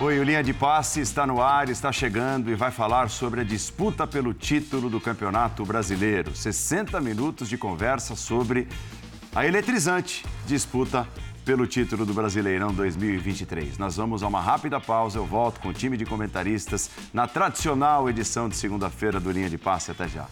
Oi, o Linha de Passe está no ar, está chegando e vai falar sobre a disputa pelo título do Campeonato Brasileiro. 60 minutos de conversa sobre a eletrizante disputa pelo título do Brasileirão 2023. Nós vamos a uma rápida pausa, eu volto com o time de comentaristas na tradicional edição de segunda-feira do Linha de Passe. Até já.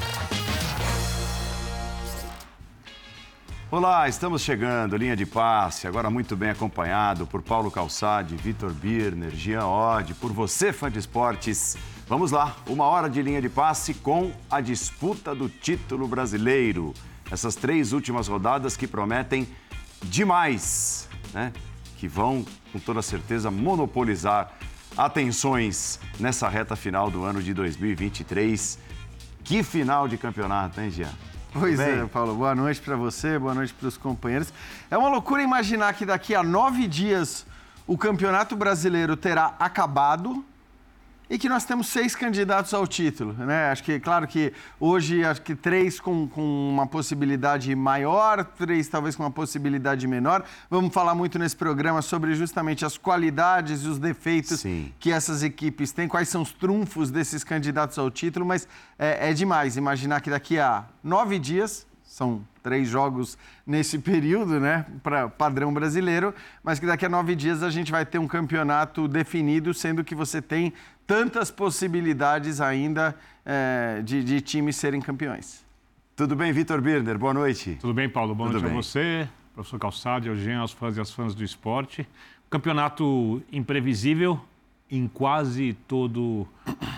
Olá, estamos chegando, Linha de Passe, agora muito bem acompanhado por Paulo Calçade, Vitor Birner, Jean Oddi, por você, fã de esportes. Vamos lá, 1 hora de Linha de Passe com a disputa do título brasileiro. Essas 3 últimas rodadas que prometem demais, né? Que vão, com toda certeza, monopolizar atenções nessa reta final do ano de 2023. Que final de campeonato, hein, Jean? Pois é, Paulo. Boa noite para você, boa noite para os companheiros. É uma loucura imaginar que daqui a 9 dias o Campeonato Brasileiro terá acabado e que nós temos 6 candidatos ao título, né? Acho que, claro que hoje, acho que 3 com uma possibilidade maior, 3 talvez com uma possibilidade menor. Vamos falar muito nesse programa sobre justamente as qualidades e os defeitos que essas equipes têm, quais são os trunfos desses candidatos ao título, mas é demais imaginar que daqui a 9 dias, são 3 jogos nesse período, né, para padrão brasileiro, mas que daqui a 9 dias a gente vai ter um campeonato definido, sendo que você tem tantas possibilidades ainda de times serem campeões. Tudo bem, Vitor Birner? Boa noite. Tudo bem, Paulo? Boa noite a você, professor Calçade, ao Jean, aos fãs e às fãs do esporte. Campeonato imprevisível em quase toda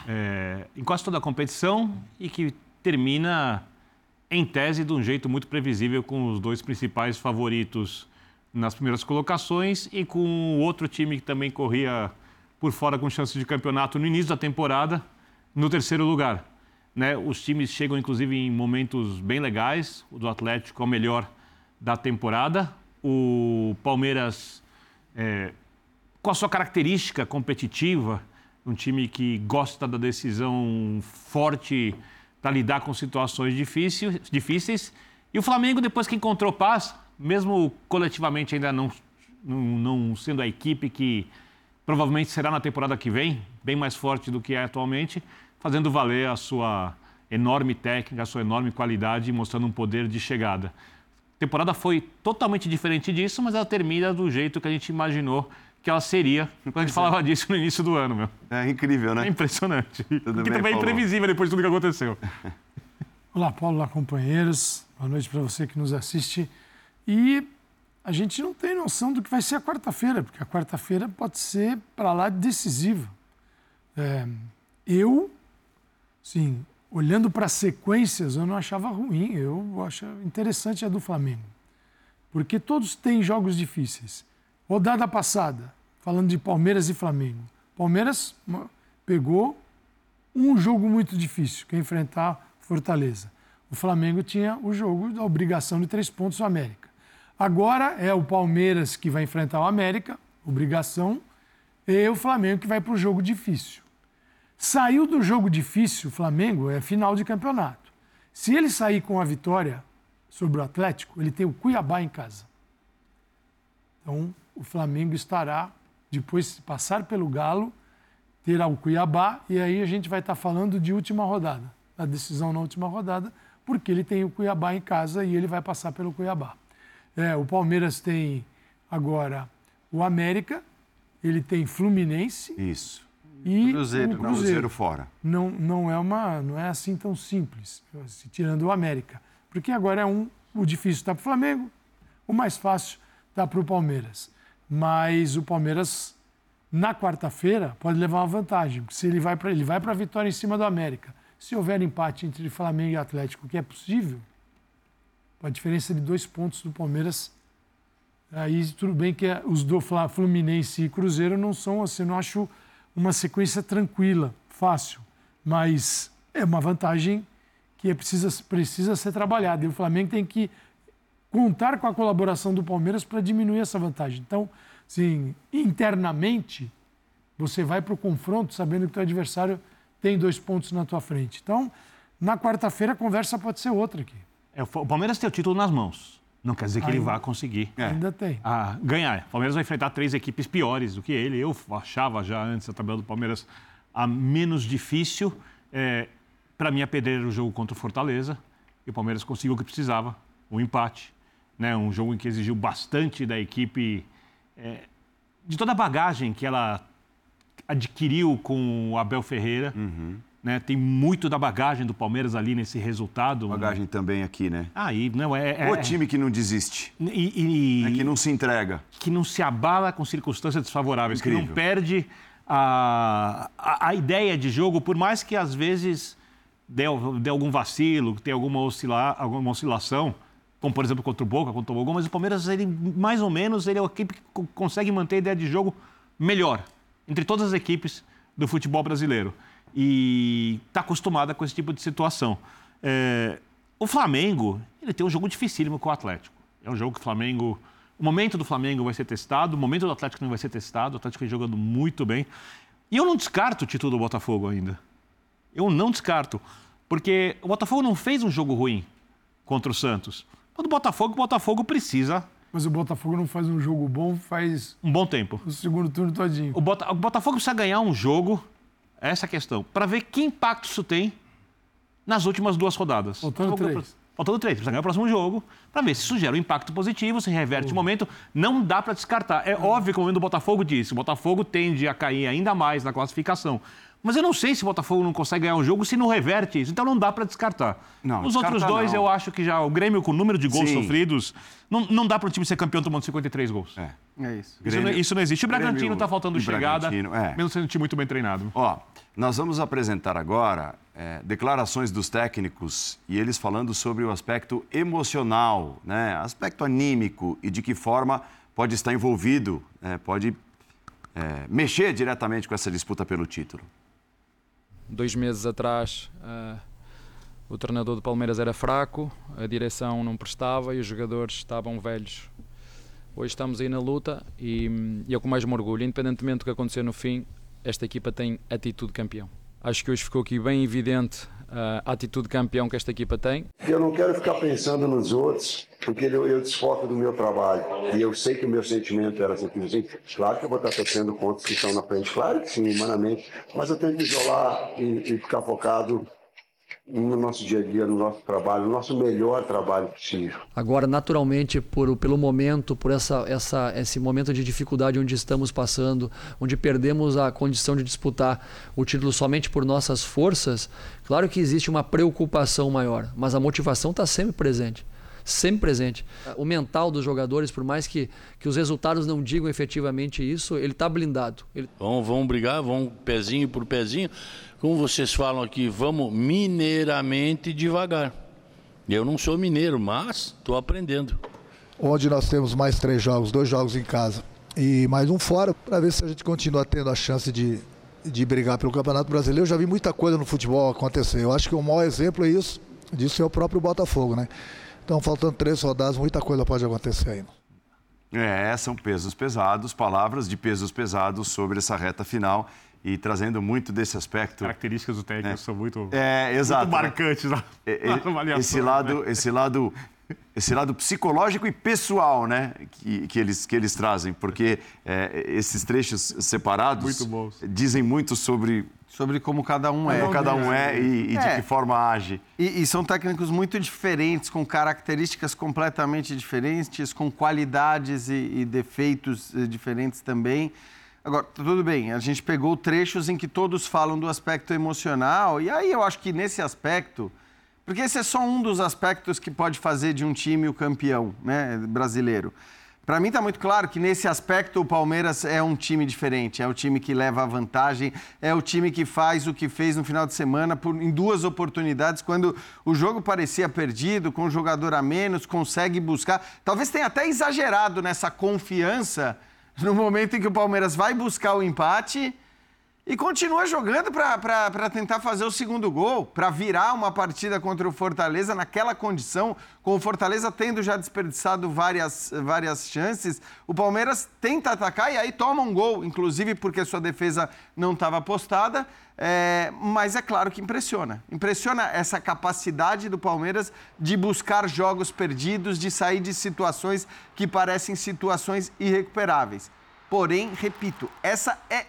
a competição e que termina, em tese, de um jeito muito previsível, com os 2 principais favoritos nas primeiras colocações e com o outro time que também corria por fora com chance de campeonato no início da temporada, no 3º lugar. Né? Os times chegam, inclusive, em momentos bem legais. O do Atlético é o melhor da temporada. O Palmeiras, com a sua característica competitiva, um time que gosta da decisão forte para lidar com situações difíceis. E o Flamengo, depois que encontrou paz, mesmo coletivamente ainda não sendo a equipe que provavelmente será na temporada que vem, bem mais forte do que é atualmente, fazendo valer a sua enorme técnica, a sua enorme qualidade e mostrando um poder de chegada. A temporada foi totalmente diferente disso, mas ela termina do jeito que a gente imaginou que ela seria quando a gente falava disso no início do ano, meu. É incrível, né? É impressionante. Tudo que bem, também é Paulo? imprevisível depois de tudo que aconteceu. Olá, Paulo, olá, companheiros. Boa noite para você que nos assiste. E a gente não tem noção do que vai ser a quarta-feira, porque a quarta-feira pode ser para lá decisiva. Sim, olhando para as sequências, eu não achava ruim. Eu acho interessante a do Flamengo. Porque todos têm jogos difíceis. Rodada passada, falando de Palmeiras e Flamengo. Palmeiras pegou um jogo muito difícil, que é enfrentar Fortaleza. O Flamengo tinha o jogo da obrigação de 3 pontos ao América. Agora é o Palmeiras que vai enfrentar o América, obrigação, e o Flamengo que vai para o jogo difícil. Saiu do jogo difícil, o Flamengo é final de campeonato. Se ele sair com a vitória sobre o Atlético, ele tem o Cuiabá em casa. Então, o Flamengo estará, depois de passar pelo Galo, terá o Cuiabá, e aí a gente vai estar falando de última rodada, da decisão na última rodada, porque ele tem o Cuiabá em casa e ele vai passar pelo Cuiabá. O Palmeiras tem agora o América, ele tem Fluminense. Isso. E Cruzeiro. o Cruzeiro fora. Não é assim tão simples, tirando o América. Porque agora o difícil está para o Flamengo, o mais fácil está para o Palmeiras. Mas o Palmeiras, na quarta-feira, pode levar uma vantagem, porque se ele vai para a vitória em cima do América. Se houver empate entre Flamengo e Atlético, que é possível, a diferença de 2 pontos do Palmeiras, aí tudo bem que os do Fluminense e Cruzeiro não são assim, não acho uma sequência tranquila, fácil, mas é uma vantagem que precisa ser trabalhada. E o Flamengo tem que contar com a colaboração do Palmeiras para diminuir essa vantagem. Então, assim, internamente, você vai para o confronto sabendo que o teu adversário tem 2 pontos na tua frente. Então, na quarta-feira, a conversa pode ser outra aqui. O Palmeiras tem o título nas mãos. não quer dizer que ele vá conseguir Ainda tem. ganhar. O Palmeiras vai enfrentar 3 equipes piores do que ele. Eu achava já antes a tabela do Palmeiras a menos difícil. Para mim, a pedreira o jogo contra o Fortaleza. E o Palmeiras conseguiu o que precisava, um empate. Né? Um jogo em que exigiu bastante da equipe, de toda a bagagem que ela adquiriu com o Abel Ferreira. Né? Tem muito da bagagem do Palmeiras ali nesse resultado. Bagagem também aqui, né? O time que não desiste, que não se entrega. Que não se abala com circunstâncias desfavoráveis, Incrível. que não perde a ideia de jogo, por mais que às vezes dê algum vacilo, tenha alguma oscilação, como por exemplo contra o Boca, contra o Boca, mas o Palmeiras, ele, mais ou menos, ele é a equipe que consegue manter a ideia de jogo melhor entre todas as equipes do futebol brasileiro. E está acostumada com esse tipo de situação. O Flamengo, ele tem um jogo dificílimo com o Atlético. É um jogo que o Flamengo... O momento do Flamengo vai ser testado, o momento do Atlético não vai ser testado, o Atlético vem jogando muito bem. E eu não descarto o título do Botafogo ainda. Eu não descarto, porque o Botafogo não fez um jogo ruim contra o Santos. Quando o Botafogo precisa... Mas o Botafogo não faz um jogo bom, faz... Um bom tempo. O segundo turno todinho. O Botafogo precisa ganhar um jogo, essa é a questão, para ver que impacto isso tem nas últimas 2 rodadas. Faltando 3. Precisa ganhar o próximo jogo, para ver se isso gera um impacto positivo, se reverte o momento. Não dá para descartar. É óbvio que o momento do Botafogo disse, o Botafogo tende a cair ainda mais na classificação. Mas eu não sei se o Botafogo não consegue ganhar um jogo se não reverte isso. Então não dá para descartar. Os outros 2, eu acho que já o Grêmio, com o número de gols sofridos, não dá para o time ser campeão tomando 53 gols. É isso. Isso não existe. O Bragantino está faltando chegada, mesmo sendo um time muito bem treinado. Nós vamos apresentar agora declarações dos técnicos e eles falando sobre o aspecto emocional, né? Aspecto anímico e de que forma pode estar envolvido, pode mexer diretamente com essa disputa pelo título. 2 meses atrás, o treinador do Palmeiras era fraco, a direção não prestava e os jogadores estavam velhos. Hoje estamos aí na luta e eu com mais me orgulho, independentemente do que acontecer no fim, esta equipa tem atitude de campeão. Acho que hoje ficou aqui bem evidente a atitude de campeão que esta equipa tem. Eu não quero ficar pensando nos outros, porque eu desfoco do meu trabalho. E eu sei que o meu sentimento era sempre assim. Claro que eu vou estar torcendo contra os que estão na frente, claro que sim, humanamente. Mas eu tenho que isolar e ficar focado no nosso dia a dia, no nosso trabalho, no nosso melhor trabalho possível. Agora, naturalmente, pelo momento, por esse momento de dificuldade onde estamos passando, onde perdemos a condição de disputar o título somente por nossas forças, claro que existe uma preocupação maior, mas a motivação está sempre presente. Sempre presente. O mental dos jogadores, por mais que os resultados não digam efetivamente isso, ele está blindado. Vamos brigar, vamos pezinho por pezinho. Como vocês falam aqui, vamos mineiramente devagar. Eu não sou mineiro, mas estou aprendendo. Onde nós temos mais 3 jogos, 2 jogos em casa e mais um fora, para ver se a gente continua tendo a chance de brigar pelo Campeonato Brasileiro. Eu já vi muita coisa no futebol acontecer. Eu acho que o maior exemplo disso é o próprio Botafogo, né? Então, faltando 3 rodadas, muita coisa pode acontecer ainda. São pesos pesados, palavras de pesos pesados sobre essa reta final e trazendo muito desse aspecto. Características do técnico são muito, exato, muito marcantes na avaliação. Esse lado psicológico e pessoal, né, que eles trazem, porque esses trechos separados dizem muito sobre como cada um é. Como cada um e de que forma age. E são técnicos muito diferentes, com características completamente diferentes, com qualidades e defeitos diferentes também. Agora, tudo bem, a gente pegou trechos em que todos falam do aspecto emocional, e aí eu acho que nesse aspecto, porque esse é só um dos aspectos que pode fazer de um time o campeão, né, brasileiro. Para mim está muito claro que nesse aspecto o Palmeiras é um time diferente, é o time que leva a vantagem, é o time que faz o que fez no final de semana em 2 oportunidades, quando o jogo parecia perdido, com um jogador a menos, consegue buscar. Talvez tenha até exagerado nessa confiança no momento em que o Palmeiras vai buscar o empate e continua jogando para tentar fazer o segundo gol, para virar uma partida contra o Fortaleza naquela condição, com o Fortaleza tendo já desperdiçado várias chances. O Palmeiras tenta atacar e aí toma um gol, inclusive porque sua defesa não estava postada, mas é claro que impressiona. Impressiona essa capacidade do Palmeiras de buscar jogos perdidos, de sair de situações que parecem situações irrecuperáveis. Porém, repito, essa é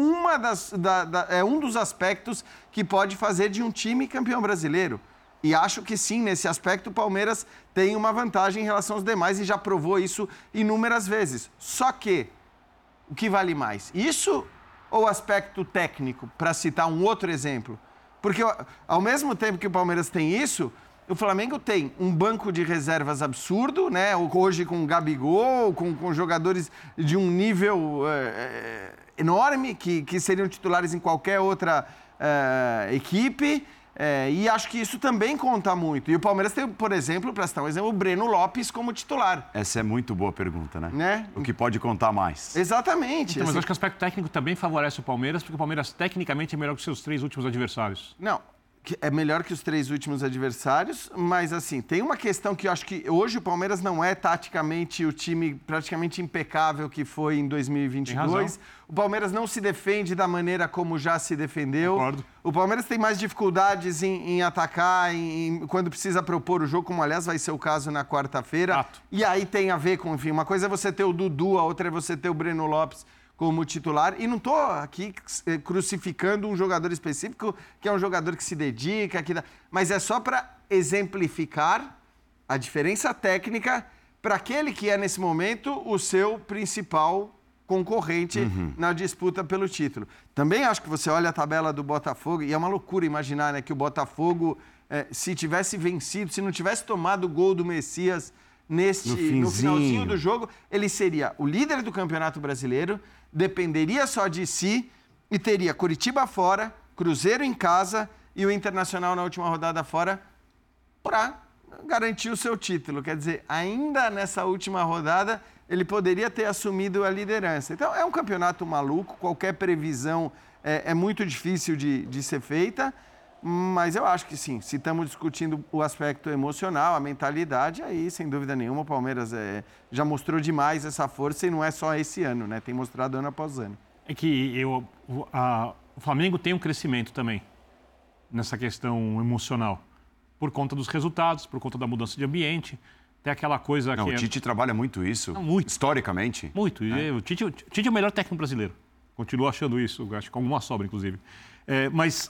um dos aspectos que pode fazer de um time campeão brasileiro. E acho que sim, nesse aspecto o Palmeiras tem uma vantagem em relação aos demais e já provou isso inúmeras vezes. Só que, o que vale mais? Isso ou o aspecto técnico, para citar um outro exemplo? Porque ao mesmo tempo que o Palmeiras tem isso, o Flamengo tem um banco de reservas absurdo, né? Hoje com o Gabigol, com jogadores de um nível enorme, que seriam titulares em qualquer outra equipe, e acho que isso também conta muito. E o Palmeiras tem, por exemplo, para citar um exemplo, o Breno Lopes como titular. Essa é muito boa pergunta, né? O que pode contar mais. Exatamente. Então, mas eu acho que o aspecto técnico também favorece o Palmeiras, porque o Palmeiras tecnicamente é melhor que os seus 3 últimos adversários. Não. É melhor que os 3 últimos adversários, mas assim, tem uma questão que eu acho que hoje o Palmeiras não é taticamente o time praticamente impecável que foi em 2022. O Palmeiras não se defende da maneira como já se defendeu. Concordo. O Palmeiras tem mais dificuldades em atacar, quando precisa propor o jogo, como aliás vai ser o caso na quarta-feira. E aí tem a ver com, enfim, uma coisa é você ter o Dudu, a outra é você ter o Breno Lopes como titular, e não estou aqui crucificando um jogador específico, que é um jogador que se dedica, mas é só para exemplificar a diferença técnica para aquele que é, nesse momento, o seu principal concorrente na disputa pelo título. Também acho que você olha a tabela do Botafogo, e é uma loucura imaginar, né, que o Botafogo, se tivesse vencido, se não tivesse tomado o gol do Messias no finalzinho do jogo, ele seria o líder do Campeonato Brasileiro, dependeria só de si e teria Curitiba fora, Cruzeiro em casa e o Internacional na última rodada fora para garantir o seu título. Quer dizer, ainda nessa última rodada, ele poderia ter assumido a liderança. Então, é um campeonato maluco, qualquer previsão é muito difícil de ser feita, mas eu acho que sim, se estamos discutindo o aspecto emocional, a mentalidade, aí, sem dúvida nenhuma, o Palmeiras já mostrou demais essa força e não é só esse ano, né? Tem mostrado ano após ano. É que o Flamengo tem um crescimento também nessa questão emocional, por conta dos resultados, por conta da mudança de ambiente. Tem aquela coisa que... O Tite trabalha muito isso, historicamente. Muito. O Tite é o melhor técnico brasileiro. Continuo achando isso, acho que com alguma sobra, inclusive. Mas...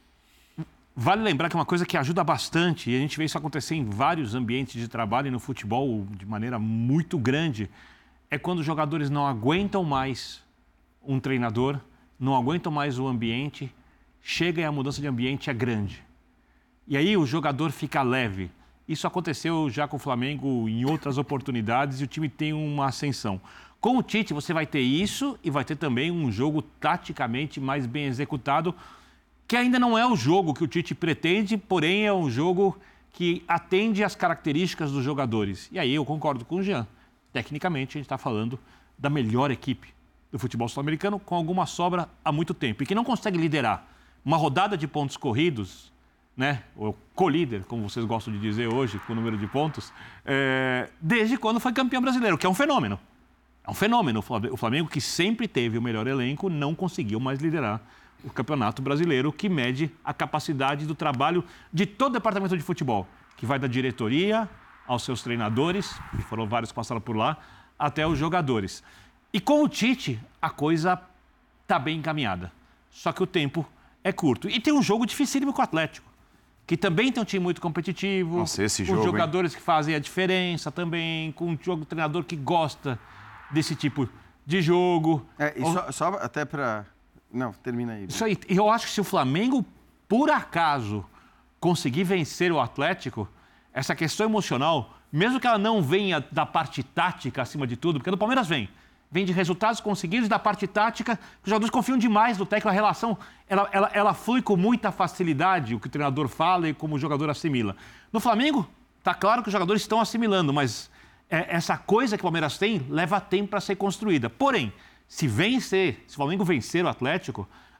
Vale lembrar que é uma coisa que ajuda bastante, e a gente vê isso acontecer em vários ambientes de trabalho e no futebol de maneira muito grande, é quando os jogadores não aguentam mais um treinador, não aguentam mais o ambiente, chega e a mudança de ambiente é grande. E aí o jogador fica leve. Isso aconteceu já com o Flamengo em outras oportunidades e o time tem uma ascensão. Com o Tite você vai ter isso e vai ter também um jogo taticamente mais bem executado, que ainda não é o jogo que o Tite pretende, porém é um jogo que atende às características dos jogadores. E aí eu concordo com o Jean. Tecnicamente, a gente está falando da melhor equipe do futebol sul-americano, com alguma sobra há muito tempo. E que não consegue liderar uma rodada de pontos corridos, né? O co-líder, como vocês gostam de dizer hoje, com o número de pontos, desde quando foi campeão brasileiro, que é um fenômeno. É um fenômeno. O Flamengo, que sempre teve o melhor elenco, não conseguiu mais liderar o Campeonato Brasileiro, que mede a capacidade do trabalho de todo o departamento de futebol, que vai da diretoria aos seus treinadores, que foram vários que passaram por lá, até os jogadores. E com o Tite, a coisa está bem encaminhada. Só que o tempo é curto. E tem um jogo dificílimo com o Atlético, que também tem um time muito competitivo, Nossa, esse com jogo, jogadores que fazem a diferença também, com um treinador que gosta desse tipo de jogo. Só até para... Não, termina aí. Isso aí. Eu acho que se o Flamengo, por acaso, conseguir vencer o Atlético, essa questão emocional, mesmo que ela não venha da parte tática acima de tudo, porque do Palmeiras vem de resultados conseguidos, da parte tática, os jogadores confiam demais no técnico, a relação, ela flui com muita facilidade, o que o treinador fala e como o jogador assimila. No Flamengo, está claro que os jogadores estão assimilando, mas essa coisa que o Palmeiras tem leva tempo para ser construída. Porém, se o Flamengo vencer o Atlético,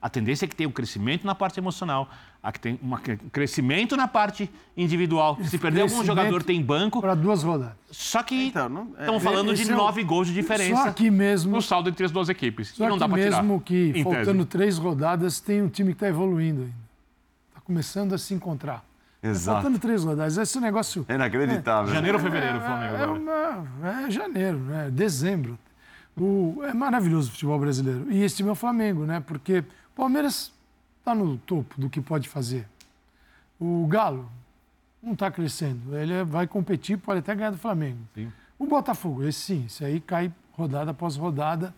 A tendência é que tenha um crescimento na parte emocional, que tem um crescimento na parte individual. Se perder algum jogador, tem banco. Para 2 rodadas. Só que estamos falando de 9 gols de diferença só aqui mesmo, no saldo entre as 2 equipes. Só não dá para tirar. Mesmo que, em faltando tese. 3 rodadas, tem um time que está evoluindo ainda. Está começando a se encontrar. Exato. Faltando 3 rodadas. Esse negócio... É inacreditável. Janeiro ou fevereiro, o Flamengo agora? É janeiro, né? Dezembro. É maravilhoso o futebol brasileiro. E esse time é o Flamengo, né? Porque o Palmeiras está no topo do que pode fazer. O Galo não está crescendo. Ele vai competir, pode até ganhar do Flamengo. Sim. O Botafogo, esse aí cai rodada após rodada,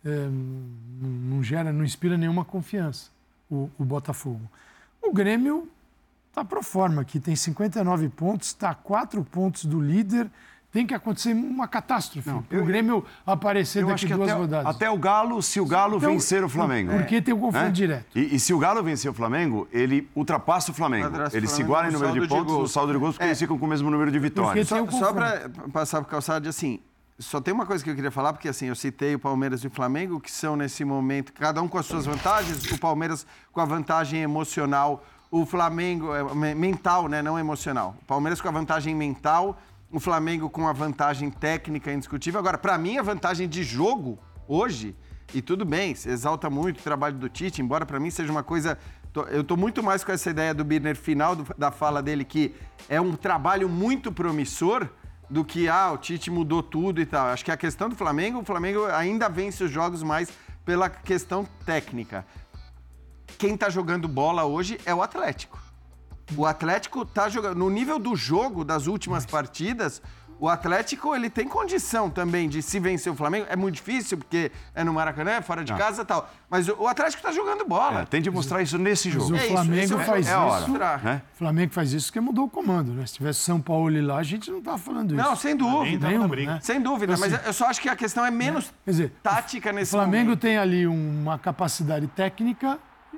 não inspira nenhuma confiança, o Botafogo. O Grêmio está pro forma aqui, tem 59 pontos, está a 4 pontos do líder. Tem que acontecer uma catástrofe para o Grêmio aparecer daqui 2 rodadas. Até o Galo, se o Galo vencer o Flamengo. Porque tem um confronto direto. E se o Galo vencer o Flamengo, ele ultrapassa o Flamengo. Ele se iguala em número de pontos, o saldo de gols, porque eles ficam com o mesmo número de vitórias. Só para passar para o Calçade, assim, só tem uma coisa que eu queria falar, porque assim, eu citei o Palmeiras e o Flamengo, que são nesse momento, cada um com as suas vantagens, o Palmeiras com a vantagem emocional, o Flamengo mental, né, não emocional. O Palmeiras com a vantagem mental, o Flamengo com a vantagem técnica indiscutível. Agora, para mim, a vantagem de jogo hoje, e tudo bem, se exalta muito o trabalho do Tite, embora para mim seja uma coisa... Eu estou muito mais com essa ideia do Birner final da fala dele, que é um trabalho muito promissor, do que, o Tite mudou tudo e tal. Acho que a questão do Flamengo, o Flamengo ainda vence os jogos mais pela questão técnica. Quem está jogando bola hoje é o Atlético. O Atlético está jogando... No nível do jogo das últimas partidas, o Atlético ele tem condição também de se vencer o Flamengo. É muito difícil, porque é no Maracanã, é fora de casa e tal. Mas o Atlético está jogando bola. Tem de mostrar isso nesse jogo. Mas o Flamengo faz isso. Né? O Flamengo faz isso porque mudou o comando, né? Se tivesse São Paulo lá, a gente não estava falando isso. Não, sem dúvida. Né? Sem dúvida. Assim, mas eu só acho que a questão é menos tática nesse momento. O Flamengo tem ali uma capacidade técnica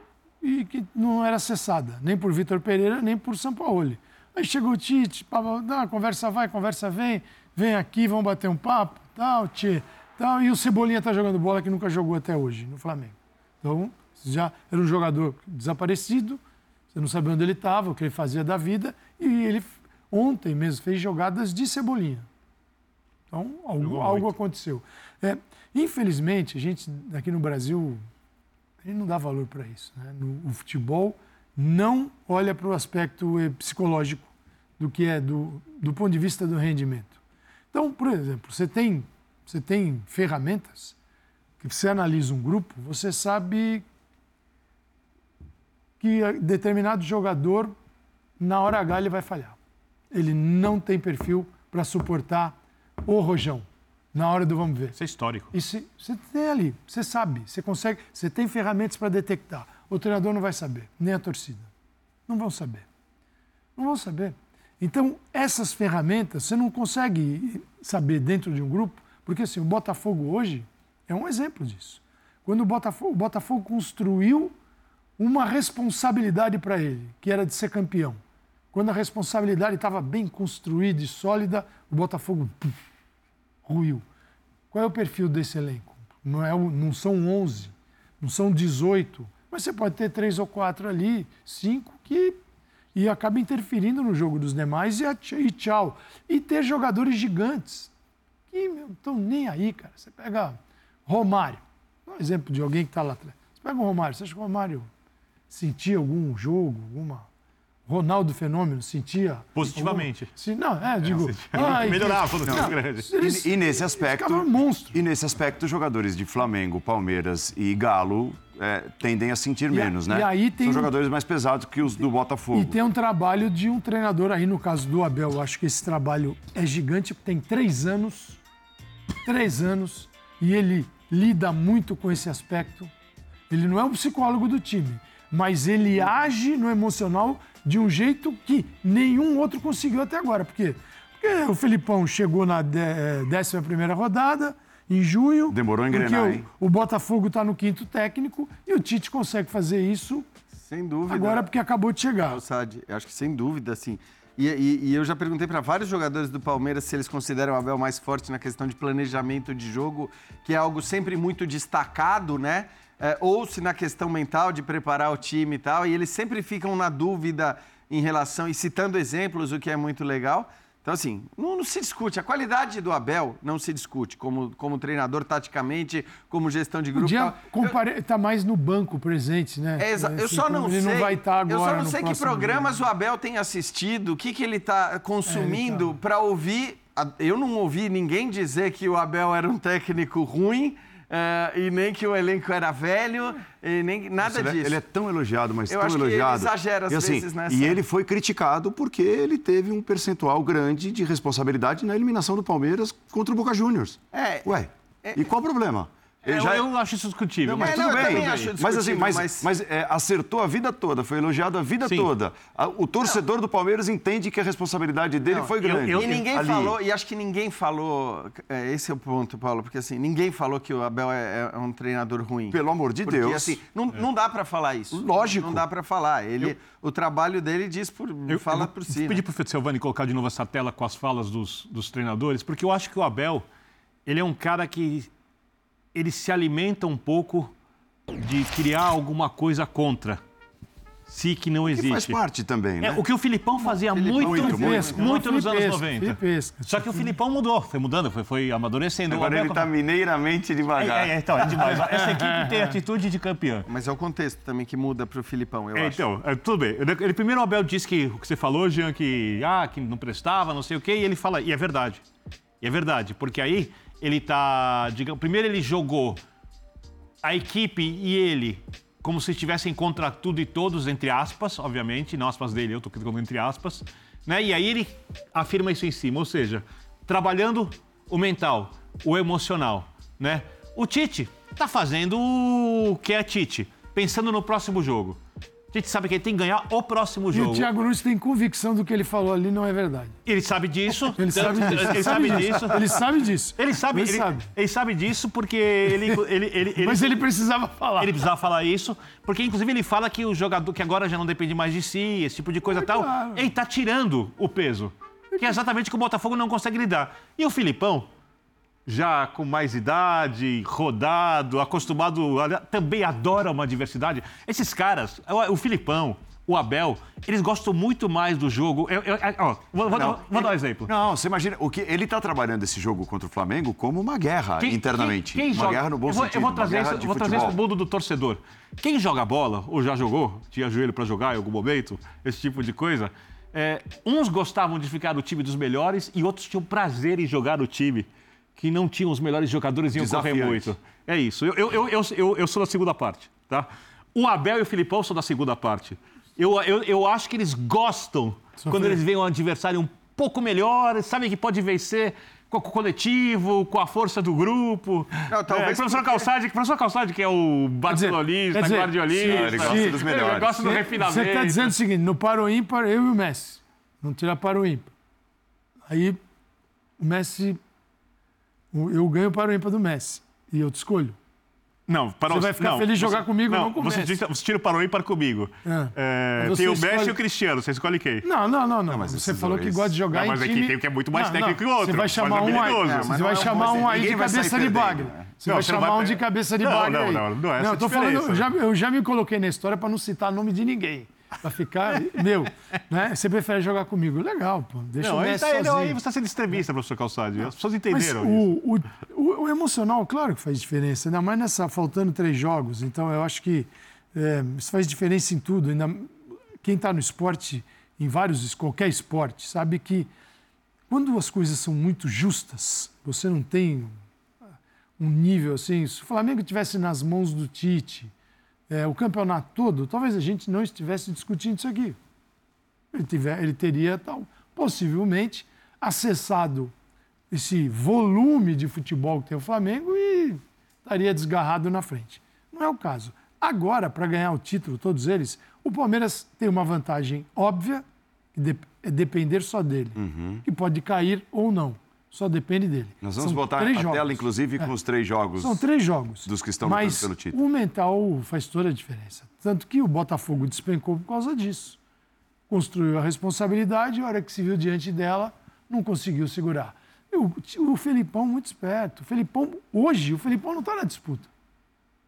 e que não era acessada, nem por Vitor Pereira, nem por Sampaoli. Aí chegou o Tite, conversa vai, conversa vem aqui, vamos bater um papo, tal, e o Cebolinha tá jogando bola que nunca jogou até hoje no Flamengo. Então, já era um jogador desaparecido, você não sabia onde ele estava, o que ele fazia da vida, e ele ontem mesmo fez jogadas de Cebolinha. Então, algo aconteceu. Infelizmente, a gente aqui no Brasil... Ele não dá valor para isso. Né? O futebol não olha para o aspecto psicológico do que é do ponto de vista do rendimento. Então, por exemplo, você tem ferramentas que você analisa um grupo, você sabe que determinado jogador, na hora H, ele vai falhar. Ele não tem perfil para suportar o rojão. Na hora do vamos ver. Isso é histórico. E você tem ali, você sabe, você consegue, você tem ferramentas para detectar. O treinador não vai saber, nem a torcida. Não vão saber. Não vão saber. Então, essas ferramentas, você não consegue saber dentro de um grupo, porque assim, o Botafogo hoje é um exemplo disso. Quando o Botafogo construiu uma responsabilidade para ele, que era de ser campeão. Quando a responsabilidade estava bem construída e sólida, o Botafogo... ruiu. Qual é o perfil desse elenco? Não são 11, não são 18, mas você pode ter 3 ou 4 ali, 5, e acaba interferindo no jogo dos demais e tchau. E ter jogadores gigantes que não estão nem aí, cara. Você pega Romário, um exemplo de alguém que está lá atrás. Você pega o Romário, você acha que o Romário sentia algum jogo, Ronaldo Fenômeno sentia... Positivamente. Digo... melhorava no campo grande. E nesse aspecto... monstro. E nesse aspecto, jogadores de Flamengo, Palmeiras e Galo tendem a sentir menos, né? E aí são jogadores mais pesados que os do Botafogo. E tem um trabalho de um treinador aí, no caso do Abel, eu acho que esse trabalho é gigante, tem 3 anos, e ele lida muito com esse aspecto. Ele não é um psicólogo do time, mas ele age no emocional de um jeito que nenhum outro conseguiu até agora. Por quê? Porque o Felipão chegou na 11ª rodada, em junho. Demorou a engrenar, hein? O Botafogo está no 5º técnico e o Tite consegue fazer isso. Sem dúvida. Agora porque acabou de chegar. Eu acho que sem dúvida, assim. E eu já perguntei para vários jogadores do Palmeiras se eles consideram o Abel mais forte na questão de planejamento de jogo, que é algo sempre muito destacado, né? ou se na questão mental de preparar o time e tal, e eles sempre ficam na dúvida em relação, e citando exemplos, o que é muito legal. Então, assim, não se discute. A qualidade do Abel não se discute como treinador, taticamente, como gestão de grupo. Podia estar mais no banco presente, né? Eu só não sei. Ele não vai estar agora. Eu só não sei que programas o Abel tem assistido, o que ele está consumindo para ouvir. Eu não ouvi ninguém dizer que o Abel era um técnico ruim. E nem que o elenco era velho, e nem nada disso. Ele é tão elogiado, mas eu tão acho elogiado. Que ele exagera às vezes nessa... E ele foi criticado porque ele teve um percentual grande de responsabilidade na eliminação do Palmeiras contra o Boca Juniors. E qual o problema? Eu acho isso discutível. Mas tudo bem. Mas acertou a vida toda, foi elogiado a vida toda. O torcedor do Palmeiras entende que a responsabilidade dele foi grande. E ninguém falou, e acho que ninguém falou, esse é o ponto, Paulo, porque assim, ninguém falou que o Abel é um treinador ruim. Pelo amor de Deus. Porque assim, não dá para falar isso. Lógico. Não dá para falar. O trabalho dele fala por si. Eu pedi para o Silvani colocar de novo essa tela com as falas dos treinadores, porque eu acho que o Abel, ele é um cara que ele se alimenta um pouco de criar alguma coisa contra. Se que não existe. Que faz parte também, né? O que o Filipão fazia muito nos anos 90. Só que o Filipão mudou, foi mudando, foi amadurecendo. Agora ele está mineiramente devagar. Então, é demais. Essa equipe tem atitude de campeã. Mas é o contexto também que muda para o Filipão, eu acho. Então, tudo bem. Primeiro o Abel disse que o que você falou, Jean, que não prestava, não sei o quê, e ele fala, e é verdade. E é verdade, porque aí ele tá, primeiro ele jogou a equipe e ele como se estivessem contra tudo e todos, entre aspas, obviamente, não aspas dele, eu tô colocando entre aspas, né? E aí ele afirma isso em cima, ou seja, trabalhando o mental, o emocional, né? O Tite tá fazendo o que é Tite, pensando no próximo jogo. A gente sabe que ele tem que ganhar o próximo jogo. E o Thiago Nunes tem convicção do que ele falou ali não é verdade. Ele sabe disso. Ele sabe disso porque ele... Mas ele precisava falar. Ele precisava falar isso, porque inclusive ele fala que o jogador que agora já não depende mais de si, esse tipo de coisa e tal, claro. Ele tá tirando o peso, que é exatamente o que o Botafogo não consegue lidar. E o Filipão, já com mais idade, rodado, acostumado, também adora uma diversidade. Esses caras, o Filipão, o Abel, eles gostam muito mais do jogo. Vou dar um exemplo. Não, você imagina, ele está trabalhando esse jogo contra o Flamengo como uma guerra internamente. Uma guerra no bom sentido. Eu vou trazer isso pro mundo do torcedor. Quem joga bola, ou já jogou, tinha joelho para jogar em algum momento, esse tipo de coisa, uns gostavam de ficar no time dos melhores e outros tinham prazer em jogar no time que não tinham os melhores jogadores e iam correr muito. É isso. Eu sou da segunda parte, tá? O Abel e o Filipão são da segunda parte. Eu acho que eles gostam quando eles veem um adversário um pouco melhor, sabem que pode vencer com o coletivo, com a força do grupo. Não, talvez professor Calçade, que é o barcelonista, guardiolista. Ele gosta dos melhores. Ele gosta do refinamento. Você está dizendo o seguinte, no paro ímpar, eu e o Messi. Não tirar paro ímpar. Aí o Messi... Eu ganho para o ímpar do Messi e eu te escolho. Não, você vai ficar feliz de jogar comigo, não com o Messi. Você tira para o ímpar comigo. Tem o Messi e o Cristiano, você escolhe quem? Não. Mas você falou que gosta de jogar em time... Mas tem um que é muito mais técnico que o outro. Você vai chamar um aí de cabeça de bagre. Você vai chamar um de cabeça de bagre aí. Não é essa diferença. Eu já me coloquei na história para não citar nome de ninguém. Pra ficar, né? Você prefere jogar comigo? Legal, pô. Deixa o Messi sozinho. Aí você está sendo extremista, professor Calçade. As pessoas entenderam isso. O emocional, claro que faz diferença, ainda mais faltando 3 jogos. Então, eu acho que isso faz diferença em tudo. Quem está no esporte, qualquer esporte, sabe que quando as coisas são muito justas, você não tem um nível assim... Se o Flamengo estivesse nas mãos do Tite... o campeonato todo, talvez a gente não estivesse discutindo isso aqui. Ele teria, possivelmente, acessado esse volume de futebol que tem o Flamengo e estaria desgarrado na frente. Não é o caso. Agora, para ganhar o título, todos eles, o Palmeiras tem uma vantagem óbvia, que é depender só dele, que pode cair ou não. Só depende dele. Nós vamos botar a tela, inclusive, com os 3 jogos. São 3 jogos. Dos que estão lutando pelo título. Mas o mental faz toda a diferença. Tanto que o Botafogo despencou por causa disso. Construiu a responsabilidade e, a hora que se viu diante dela, não conseguiu segurar. O Felipão, muito esperto. Hoje, o Felipão não está na disputa.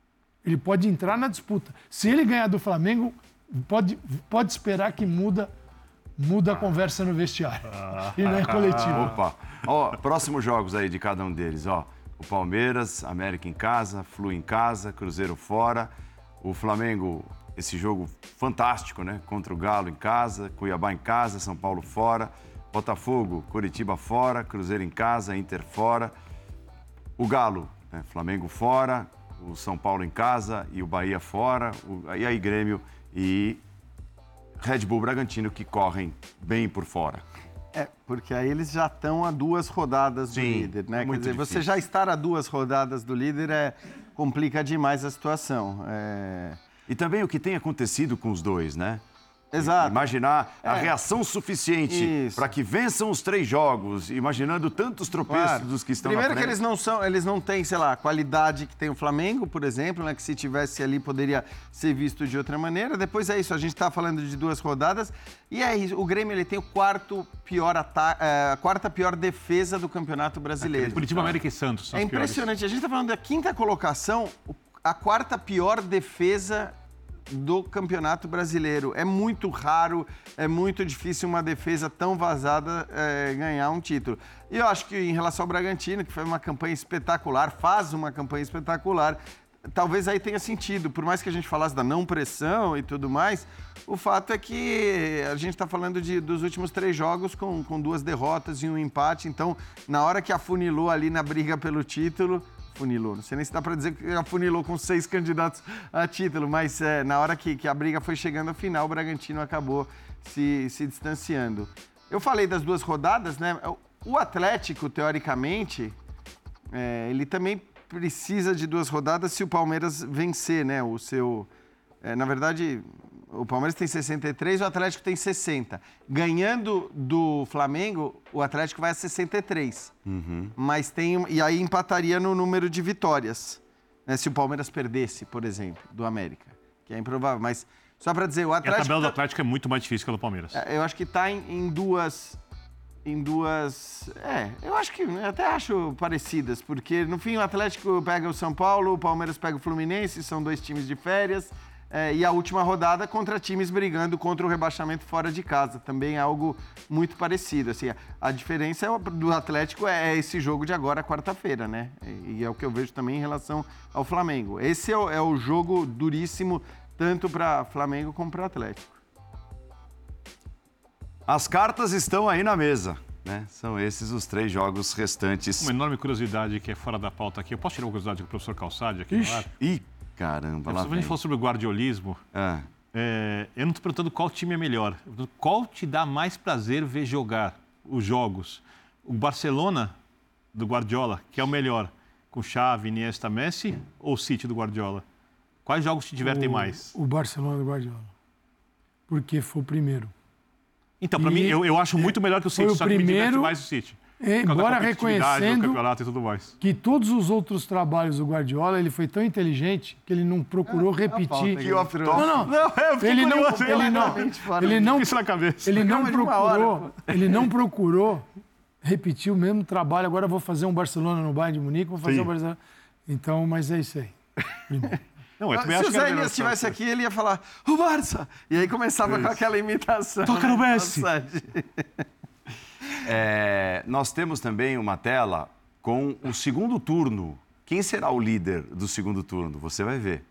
Ele pode entrar na disputa. Se ele ganhar do Flamengo, pode esperar que muda a conversa no vestiário. E não é coletivo. Opa. Ó, próximos jogos aí de cada um deles, ó. O Palmeiras, América em casa, Flu em casa, Cruzeiro fora. O Flamengo, esse jogo fantástico, né? Contra o Galo em casa, Cuiabá em casa, São Paulo fora. Botafogo, Coritiba fora, Cruzeiro em casa, Inter fora. O Galo, né? Flamengo fora, o São Paulo em casa e o Bahia fora. E aí Grêmio e Red Bull Bragantino que correm bem por fora. Porque aí eles já estão a 2 rodadas do líder, né? Quer dizer, você já estar a 2 rodadas do líder complica demais a situação. E também o que tem acontecido com os dois, né? Exato. Imaginar a reação suficiente para que vençam os 3 jogos, imaginando tantos tropeços dos que estão na frente. Primeiro que eles não têm, sei lá, a qualidade que tem o Flamengo, por exemplo, né, que se tivesse ali poderia ser visto de outra maneira. Depois é isso, a gente está falando de 2 rodadas e o Grêmio ele tem a quarta pior defesa do Campeonato Brasileiro. Curitiba, América e Santos são É impressionante, piores. A gente está falando da 5ª colocação, a 4ª pior defesa do Campeonato Brasileiro. É muito raro, é muito difícil uma defesa tão vazada ganhar um título. E eu acho que em relação ao Bragantino, que faz uma campanha espetacular, talvez aí tenha sentido. Por mais que a gente falasse da não pressão e tudo mais, o fato é que a gente está falando dos últimos 3 jogos com 2 derrotas e um empate. Então, na hora que afunilou ali na briga pelo título, não sei nem se dá para dizer que afunilou com 6 candidatos a título, mas na hora que a briga foi chegando ao final, o Bragantino acabou se distanciando. Eu falei das 2 rodadas, né? O Atlético, teoricamente, ele também precisa de 2 rodadas se o Palmeiras vencer, né? Na verdade, o Palmeiras tem 63, o Atlético tem 60. Ganhando do Flamengo, o Atlético vai a 63. Mas e aí empataria no número de vitórias, né? Se o Palmeiras perdesse, por exemplo, do América, que é improvável. Mas só para dizer, o Atlético... E a tabela do Atlético é muito mais difícil que a do Palmeiras. Eu acho que está em duas... eu acho que até acho parecidas, porque no fim o Atlético pega o São Paulo, o Palmeiras pega o Fluminense, são 2 times de férias, e a última rodada contra times brigando contra o rebaixamento fora de casa, também é algo muito parecido. Assim, a diferença do Atlético é esse jogo de agora, quarta-feira, né? E é o que eu vejo também em relação ao Flamengo. Esse é o jogo duríssimo, tanto para Flamengo como para Atlético. As cartas estão aí na mesa, né? São esses os 3 jogos restantes. Uma enorme curiosidade que é fora da pauta aqui. Eu posso tirar uma curiosidade com o professor Calçade aqui no ar? Ih, caramba, lá vem. A gente falou sobre o guardiolismo. Eu não estou perguntando qual time é melhor. Qual te dá mais prazer ver jogar os jogos? O Barcelona do Guardiola, que é o melhor, com Xavi, Iniesta, Messi, ou o City do Guardiola? Quais jogos te divertem mais? O Barcelona do Guardiola. Porque foi o primeiro. Então, para mim, eu acho muito melhor que o City, só que me diverte mais o City. Embora reconhecendo campeonato e tudo mais. Que todos os outros trabalhos do Guardiola, ele foi tão inteligente que ele não procurou repetir. Ele não procurou repetir o mesmo trabalho. Agora eu vou fazer um Barcelona no Bayern de Munique, vou fazer um Barcelona. Então, mas é isso aí. Se o Zé Elias estivesse aqui, ele ia falar, o Barça! E aí começava com aquela imitação. Toca no Messi! Nós temos também uma tela com o segundo turno. Quem será o líder do segundo turno? Você vai ver.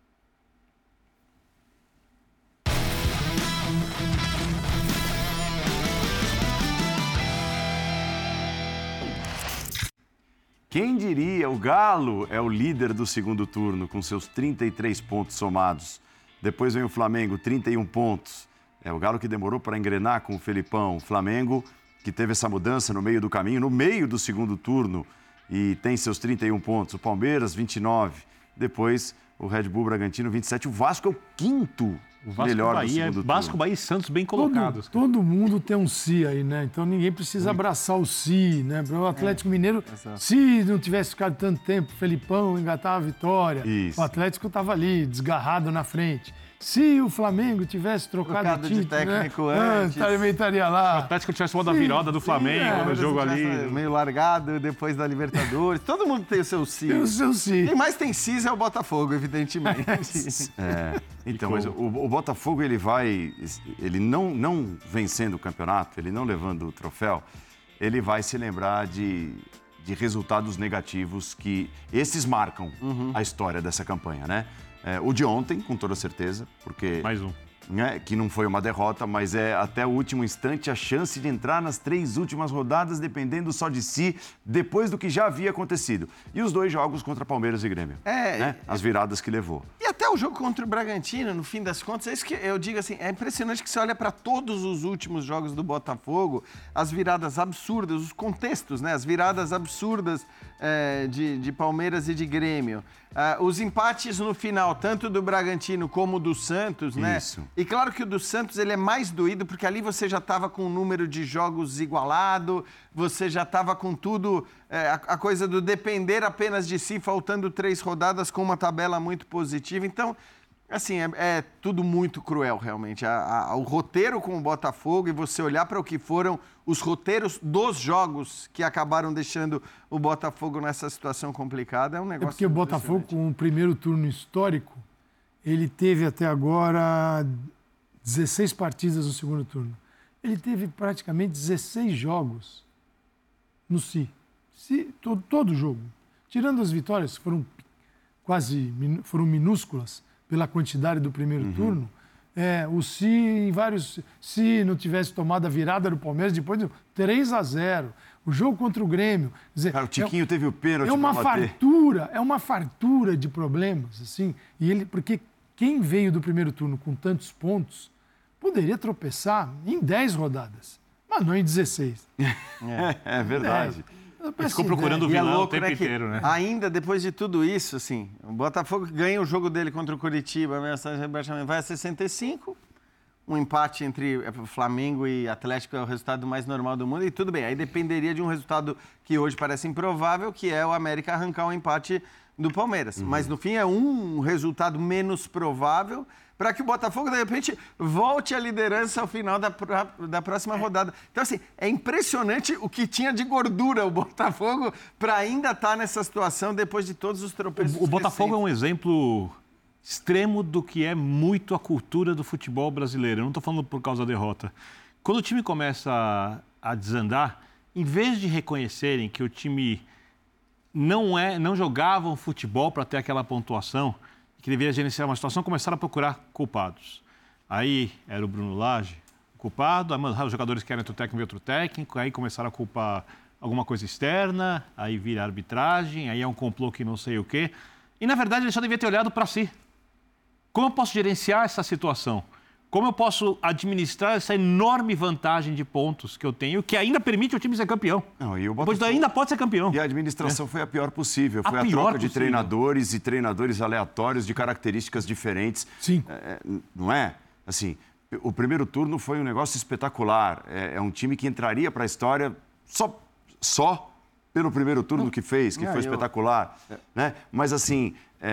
Quem diria, o Galo é o líder do segundo turno, com seus 33 pontos somados. Depois vem o Flamengo, 31 pontos. É o Galo que demorou para engrenar com o Felipão. O Flamengo, que teve essa mudança no meio do caminho, no meio do segundo turno, e tem seus 31 pontos. O Palmeiras, 29. Depois, o Red Bull Bragantino, 27. O Vasco é o quinto melhor do segundo turno. Vasco, Bahia e Santos bem colocados. Todo mundo tem um si aí, né? Então ninguém precisa abraçar o si, né? Para o Atlético Mineiro, se não tivesse ficado tanto tempo, o Felipão engatava a vitória. Isso. O Atlético estava ali, desgarrado na frente. Se o Flamengo tivesse trocado de técnico antes. Também estaria Se o lá. Atlético tivesse tomado a virada do Flamengo no jogo ali. Meio largado depois da Libertadores. Todo mundo tem o seu si. Tem o seu si. Quem mais tem sis é o Botafogo, evidentemente. Então, mas o Botafogo, ele não vencendo o campeonato, ele não levando o troféu, ele vai se lembrar de resultados negativos que esses marcam a história dessa campanha, né? O de ontem, com toda certeza, porque... Mais um. Que não foi uma derrota, mas é até o último instante a chance de entrar nas 3 últimas rodadas, dependendo só de si, depois do que já havia acontecido. E os 2 jogos contra Palmeiras e Grêmio. As viradas que levou. E até o jogo contra o Bragantino, no fim das contas, é isso que eu digo assim, é impressionante que você olha para todos os últimos jogos do Botafogo, as viradas absurdas, os contextos, né? As viradas absurdas de Palmeiras e de Grêmio. Os empates no final, tanto do Bragantino como do Santos, né? Isso. E claro que o do Santos ele é mais doído, porque ali você já estava com o número de jogos igualado, você já estava com tudo, a coisa do depender apenas de si, faltando 3 rodadas com uma tabela muito positiva. Então, assim, é tudo muito cruel, realmente. O roteiro com o Botafogo e você olhar para o que foram os roteiros dos jogos que acabaram deixando o Botafogo nessa situação complicada é um negócio... Porque o Botafogo, com o primeiro turno histórico, ele teve até agora 16 partidas no segundo turno. Ele teve praticamente 16 jogos no todo jogo. Tirando as vitórias, que foram minúsculas pela quantidade do primeiro turno, se não tivesse tomado a virada do Palmeiras, depois de 3-0. O jogo contra o Grêmio. Quer dizer, Cara, o Tiquinho teve o pênalti. É uma fartura de problemas, assim. Porque quem veio do primeiro turno com tantos pontos poderia tropeçar em 10 rodadas, mas não em 16. É verdade. Ficou procurando o vilão o tempo inteiro, né? Ainda depois de tudo isso, assim, o Botafogo ganha o jogo dele contra o Curitiba, vai a 65, um empate entre Flamengo e Atlético é o resultado mais normal do mundo, e tudo bem, aí dependeria de um resultado que hoje parece improvável, que é o América arrancar um empate do Palmeiras. Mas, no fim, é um resultado menos provável para que o Botafogo, de repente, volte à liderança ao final da próxima rodada. Então, assim, é impressionante o que tinha de gordura o Botafogo para ainda estar nessa situação depois de todos os tropeços. O Botafogo é um exemplo extremo do que é muito a cultura do futebol brasileiro. Eu não estou falando por causa da derrota. Quando o time começa a desandar, em vez de reconhecerem que o time não jogava um futebol para ter aquela pontuação, que deveria gerenciar uma situação, começaram a procurar culpados. Aí era o Bruno Lage, culpado, aí os jogadores querem outro técnico, aí começaram a culpar alguma coisa externa, aí vira arbitragem, aí é um complô que não sei o quê. E, na verdade, ele só devia ter olhado para si. Como eu posso gerenciar essa situação? Como eu posso administrar essa enorme vantagem de pontos que eu tenho, que ainda permite o time ser campeão? Não, e o Botafogo... Depois ainda pode ser campeão. E a administração foi a pior possível. Foi a troca de treinadores e treinadores aleatórios de características diferentes. Sim. Não é? Assim, o primeiro turno foi um negócio espetacular. É um time que entraria para a história só pelo primeiro turno que fez, que foi espetacular. Né? Mas, assim...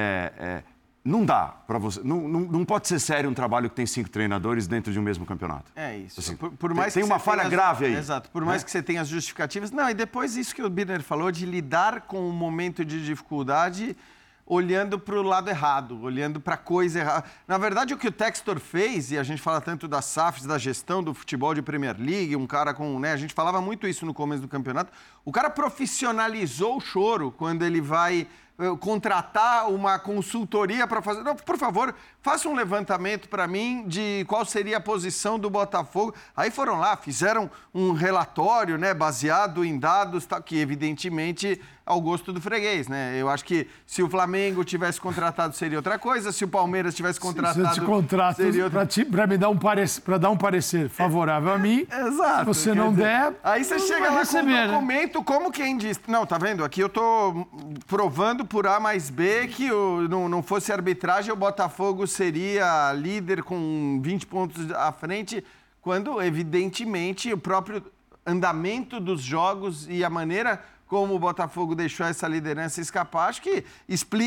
Não dá para você. Não pode ser sério um trabalho que tem 5 treinadores dentro de um mesmo campeonato. É isso. Assim, por mais tem que uma falha grave aí. Exato. Por mais que você tenha as justificativas. Não, e depois isso que o Birner falou, de lidar com o momento de dificuldade olhando para o lado errado, olhando para a coisa errada. Na verdade, o que o Textor fez, e a gente fala tanto das SAFs, da gestão do futebol de Premier League, um cara com... a gente falava muito isso no começo do campeonato. O cara profissionalizou o choro quando ele vai... contratar uma consultoria para fazer... Não, por favor, faça um levantamento para mim de qual seria a posição do Botafogo. Aí foram lá, fizeram um relatório, né, baseado em dados, que evidentemente ao gosto do freguês, né? Eu acho que se o Flamengo tivesse contratado seria outra coisa, se o Palmeiras tivesse contratado... Se eu te contrato para me dar dar um parecer favorável a mim, exato, se você não der... Aí você chega lá com um documento, como quem diz... Não, tá vendo? Aqui eu tô provando por A mais B que não fosse arbitragem, o Botafogo seria líder com 20 pontos à frente, quando, evidentemente, o próprio andamento dos jogos e a maneira como o Botafogo deixou essa liderança escapar, acho que explica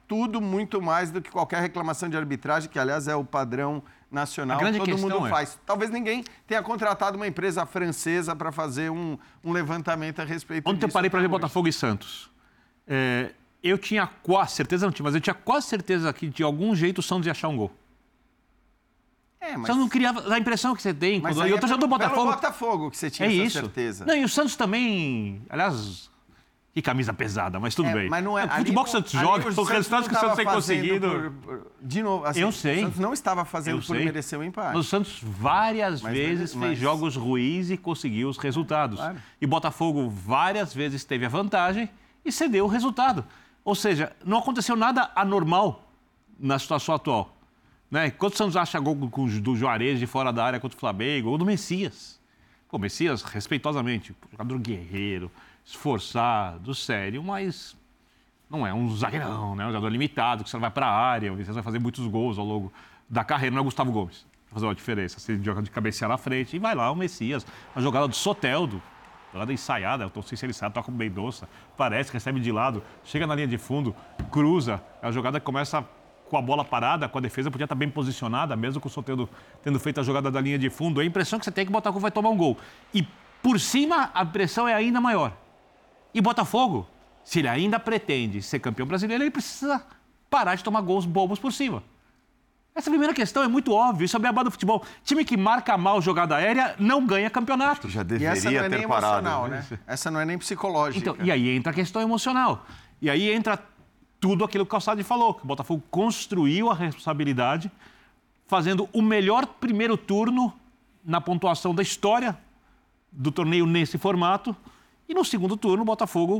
tudo muito mais do que qualquer reclamação de arbitragem, que, aliás, é o padrão nacional. A grande Todo questão mundo é... faz. Talvez ninguém tenha contratado uma empresa francesa para fazer um levantamento a respeito disso. Ontem eu parei para ver Botafogo e Santos. Eu tinha quase certeza, não tinha, mas eu tinha quase certeza que de algum jeito o Santos ia achar um gol. Mas... Só não criava a impressão que você tem. Mas quando eu tô do Botafogo. Pelo Botafogo que você tinha essa certeza. Não, e o Santos também, aliás, que camisa pesada, mas tudo bem. Mas não é. O futebol que o Santos joga, os resultados que o Santos tem conseguido. De novo, assim, eu sei. O Santos não estava fazendo por merecer o empate. O Santos várias vezes fez jogos ruins e conseguiu os resultados. Claro. E Botafogo várias vezes teve a vantagem e cedeu o resultado. Ou seja, não aconteceu nada anormal na situação atual. Né? Quando o Santos acha gol do Juarez de fora da área contra o Flamengo, ou do Messias. Pô, Messias, respeitosamente, jogador guerreiro, esforçado, sério, mas não é um zagueirão, né? Um jogador limitado, que você vai para a área, o Messias vai fazer muitos gols ao longo da carreira, não é Gustavo Gomes. Vai fazer uma diferença, você joga de cabecear na frente e vai lá o Messias. A jogada do Soteldo, jogada ensaiada, eu não sei se ele sabe, toca com o Mendonça, parece, recebe de lado, chega na linha de fundo, cruza, é a jogada que começa com a bola parada, com a defesa podia estar bem posicionada, mesmo com o Soteldo tendo feito a jogada da linha de fundo. A impressão que você tem é que o Botafogo vai tomar um gol. E por cima, a pressão é ainda maior. E Botafogo, se ele ainda pretende ser campeão brasileiro, ele precisa parar de tomar gols bobos por cima. Essa primeira questão é muito óbvia, isso é a beabá do futebol. Time que marca mal jogada aérea não ganha campeonato. Já deveria ter parado. Né? Essa não é nem psicológica. Então, e aí entra a questão emocional. E aí entra tudo aquilo que o Calçade falou, que o Botafogo construiu a responsabilidade fazendo o melhor primeiro turno na pontuação da história do torneio nesse formato. E no segundo turno, o Botafogo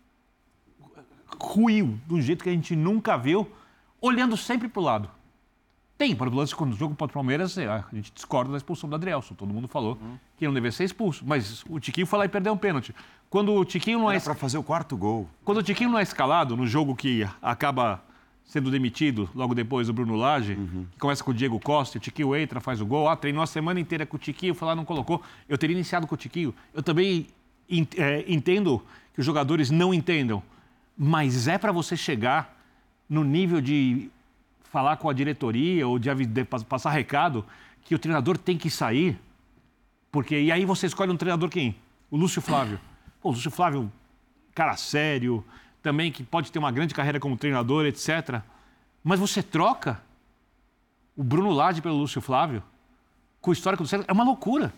ruiu de um jeito que a gente nunca viu, olhando sempre para o lado. Tem, para o lance, quando o jogo contra o Palmeiras, a gente discorda da expulsão do Adrielson. Todo mundo falou que não deveria ser expulso. Mas o Tiquinho foi lá e perdeu um pênalti. Quando o Tiquinho não Era para fazer o quarto gol. Quando o Tiquinho não é escalado, no jogo que acaba sendo demitido logo depois do Bruno Lage, que começa com o Diego Costa, o Tiquinho entra, faz o gol. Treinou a semana inteira com o Tiquinho, foi lá, não colocou. Eu teria iniciado com o Tiquinho. Eu também entendo que os jogadores não entendam. Mas é para você chegar no nível de falar com a diretoria ou de passar recado que o treinador tem que sair, porque e aí você escolhe um treinador quem? O Lúcio Flávio. Pô, o Lúcio Flávio, cara sério, também que pode ter uma grande carreira como treinador, etc. Mas você troca o Bruno Lage pelo Lúcio Flávio com o histórico do César, é uma loucura.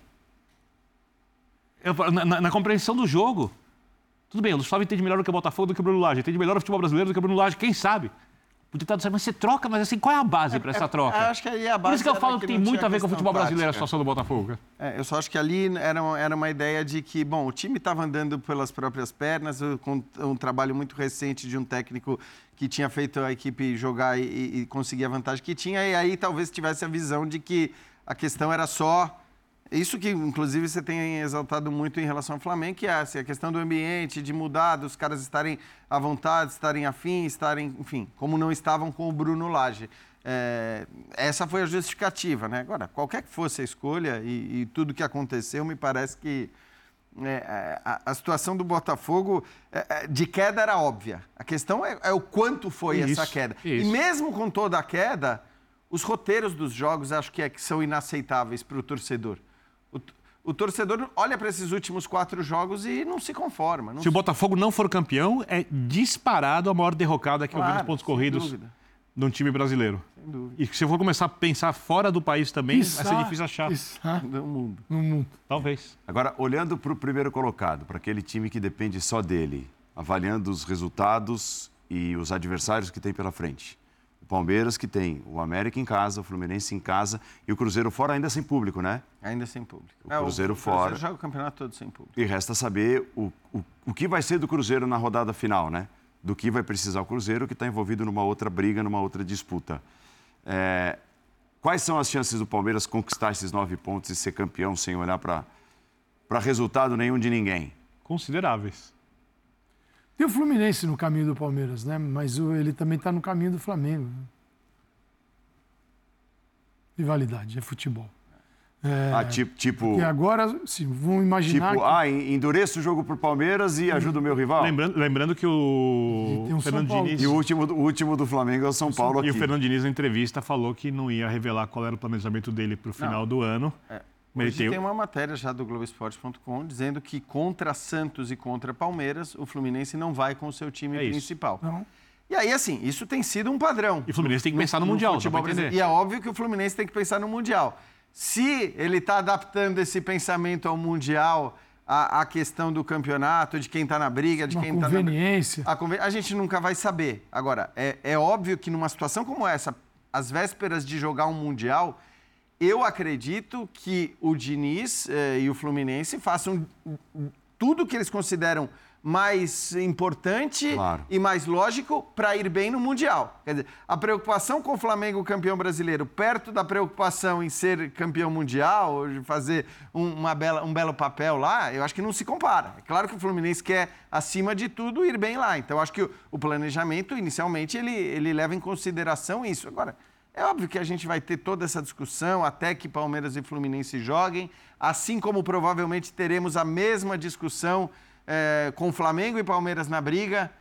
Na compreensão do jogo. Tudo bem, o Lúcio Flávio entende melhor do que o Botafogo do que o Bruno Lage, entende melhor o futebol brasileiro do que o Bruno Lage, quem sabe? Podia estar certo, mas você troca, mas assim, qual é a base para essa troca? Acho que aí a base. Por isso que eu falo que tem muito a ver com o futebol brasileiro, a situação do Botafogo. Eu só acho que ali era uma ideia de que, bom, o time estava andando pelas próprias pernas, com um trabalho muito recente de um técnico que tinha feito a equipe jogar e conseguir a vantagem que tinha, e aí talvez tivesse a visão de que a questão era só. Isso que, inclusive, você tem exaltado muito em relação ao Flamengo, que é assim, a questão do ambiente, de mudar, dos caras estarem à vontade, estarem afim, estarem, enfim, como não estavam com o Bruno Lage. Essa foi a justificativa, né? Agora, qualquer que fosse a escolha e tudo que aconteceu, me parece que a situação do Botafogo de queda era óbvia. A questão é o quanto foi essa queda. Isso. E mesmo com toda a queda, os roteiros dos jogos acho que são inaceitáveis para o torcedor. O torcedor olha para esses últimos 4 jogos e não se conforma. Se o Botafogo não for campeão, é disparado a maior derrocada que eu vi nos pontos corridos de um time brasileiro. Sem dúvida. E se eu for começar a pensar fora do país também, vai ser difícil achar. No mundo. No mundo. Talvez. Agora, olhando para o primeiro colocado, para aquele time que depende só dele, avaliando os resultados e os adversários que tem pela frente. Palmeiras, que tem o América em casa, o Fluminense em casa e o Cruzeiro fora, ainda sem público, né? Ainda sem público. O Cruzeiro fora. O Cruzeiro joga o campeonato todo sem público. E resta saber o que vai ser do Cruzeiro na rodada final, né? Do que vai precisar o Cruzeiro, que está envolvido numa outra briga, numa outra disputa. Quais são as chances do Palmeiras conquistar esses 9 pontos e ser campeão sem olhar para resultado nenhum de ninguém? Consideráveis. Tem o Fluminense no caminho do Palmeiras, né? Mas ele também está no caminho do Flamengo. Rivalidade, é futebol. Tipo... Porque agora, sim, vão imaginar... Endureço o jogo pro Palmeiras e ajuda o meu rival. Lembrando que o Fernando Diniz... E o último do Flamengo é o São Paulo aqui. E o Fernando Diniz, na entrevista, falou que não ia revelar qual era o planejamento dele pro final do ano. Hoje tem uma matéria já do Globoesporte.com dizendo que contra Santos e contra Palmeiras, o Fluminense não vai com o seu time principal. Não. E aí, assim, isso tem sido um padrão. E o Fluminense tem que pensar no Mundial, só pra entender. E é óbvio que o Fluminense tem que pensar no Mundial. Se ele está adaptando esse pensamento ao Mundial, a questão do campeonato, de quem está na briga, de quem está na... conveniência. A gente nunca vai saber. Agora, é óbvio que numa situação como essa, às vésperas de jogar um Mundial, eu acredito que o Diniz e o Fluminense façam tudo que eles consideram mais importante e mais lógico para ir bem no Mundial. Quer dizer, a preocupação com o Flamengo campeão brasileiro, perto da preocupação em ser campeão mundial, de fazer um belo papel lá, eu acho que não se compara. É claro que o Fluminense quer, acima de tudo, ir bem lá. Então, eu acho que o planejamento, inicialmente, ele leva em consideração isso. Agora, é óbvio que a gente vai ter toda essa discussão até que Palmeiras e Fluminense joguem, assim como provavelmente teremos a mesma discussão com Flamengo e Palmeiras na briga.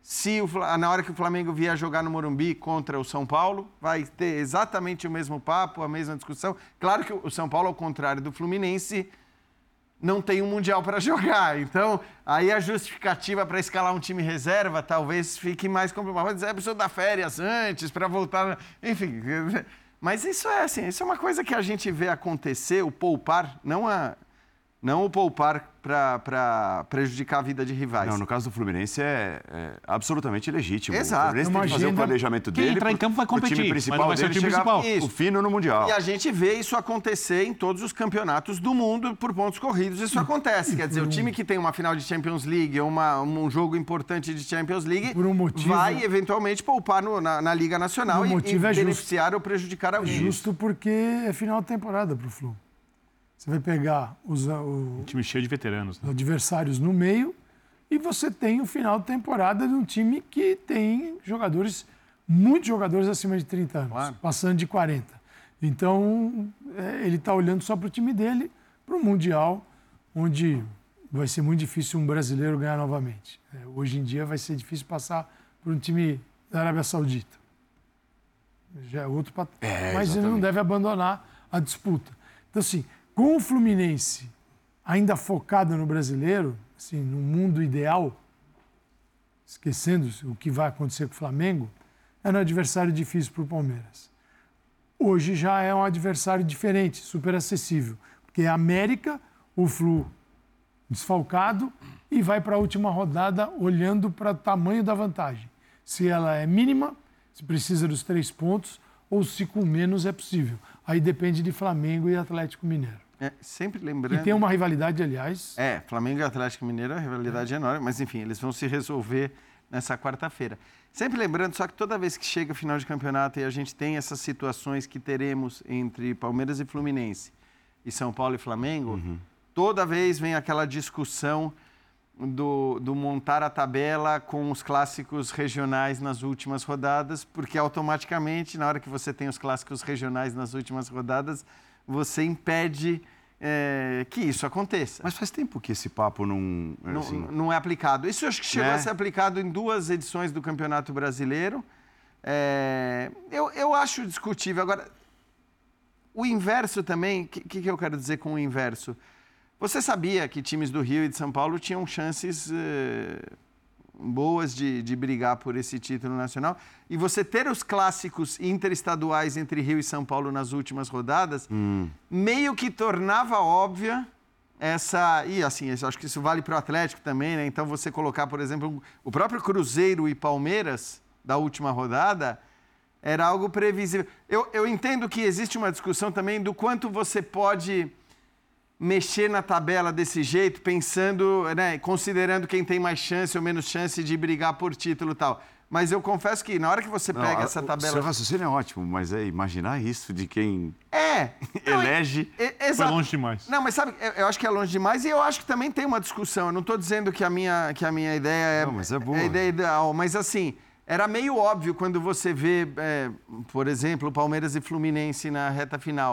Na hora que o Flamengo vier jogar no Morumbi contra o São Paulo, vai ter exatamente o mesmo papo, a mesma discussão. Claro que o São Paulo, ao contrário do Fluminense, não tem um Mundial para jogar. Então, aí a justificativa para escalar um time reserva talvez fique mais complicada. Vai dizer, a pessoa dá férias antes para voltar... Enfim, mas isso é uma coisa que a gente vê acontecer, o poupar, não o poupar para prejudicar a vida de rivais. Não, no caso do Fluminense é absolutamente legítimo. Exato. O Fluminense tem que fazer o planejamento dele. Quem entrar em campo vai competir, o time principal mas não vai ser o dele time chegar principal. o fino no Mundial. E a gente vê isso acontecer em todos os campeonatos do mundo por pontos corridos. Isso acontece. Quer dizer, o time que tem uma final de Champions League ou um jogo importante de Champions League vai eventualmente poupar na Liga Nacional e beneficiar ou prejudicar alguém. É justo porque é final de temporada para o Flu. Você vai pegar um time cheio de veteranos, os adversários no meio e você tem o final de temporada de um time que tem muitos jogadores acima de 30 anos, passando de 40. Então, ele está olhando só para o time dele, para o Mundial, onde vai ser muito difícil um brasileiro ganhar novamente. Hoje em dia vai ser difícil passar por um time da Arábia Saudita. Já é outro patamar. Mas ele não deve abandonar a disputa. Então, assim, com o Fluminense ainda focado no brasileiro, assim, no mundo ideal, esquecendo o que vai acontecer com o Flamengo, era um adversário difícil para o Palmeiras. Hoje já é um adversário diferente, super acessível, porque é América, o Flu desfalcado e vai para a última rodada olhando para o tamanho da vantagem. Se ela é mínima, se precisa dos 3 pontos, ou se com menos é possível. Aí depende de Flamengo e Atlético Mineiro. Sempre lembrando... E tem uma rivalidade, aliás... Flamengo e Atlético Mineiro é uma rivalidade enorme, mas enfim, eles vão se resolver nessa quarta-feira. Sempre lembrando, só que toda vez que chega o final de campeonato e a gente tem essas situações que teremos entre Palmeiras e Fluminense e São Paulo e Flamengo, toda vez vem aquela discussão do montar a tabela com os clássicos regionais nas últimas rodadas, porque automaticamente, na hora que você tem os clássicos regionais nas últimas rodadas, você impede que isso aconteça. Mas faz tempo que esse papo não é aplicado. Isso eu acho que chegou a ser aplicado em 2 edições do Campeonato Brasileiro. Eu acho discutível. Agora, o inverso também, o que eu quero dizer com o inverso? Você sabia que times do Rio e de São Paulo tinham chances boas de brigar por esse título nacional? E você ter os clássicos interestaduais entre Rio e São Paulo nas últimas rodadas, meio que tornava óbvia essa... E assim, eu acho que isso vale para o Atlético também, né? Então você colocar, por exemplo, o próprio Cruzeiro e Palmeiras da última rodada era algo previsível. Eu entendo que existe uma discussão também do quanto você pode mexer na tabela desse jeito, pensando, né, considerando quem tem mais chance ou menos chance de brigar por título e tal. Mas eu confesso que na hora que você pega essa tabela... Seu raciocínio é ótimo, mas imaginar isso de quem elege... Foi longe demais. Não, mas sabe, eu acho que é longe demais e eu acho que também tem uma discussão. Eu não estou dizendo que a minha ideia não, mas é boa. É a ideia ideal, mas assim, era meio óbvio quando você vê, por exemplo, Palmeiras e Fluminense na reta final.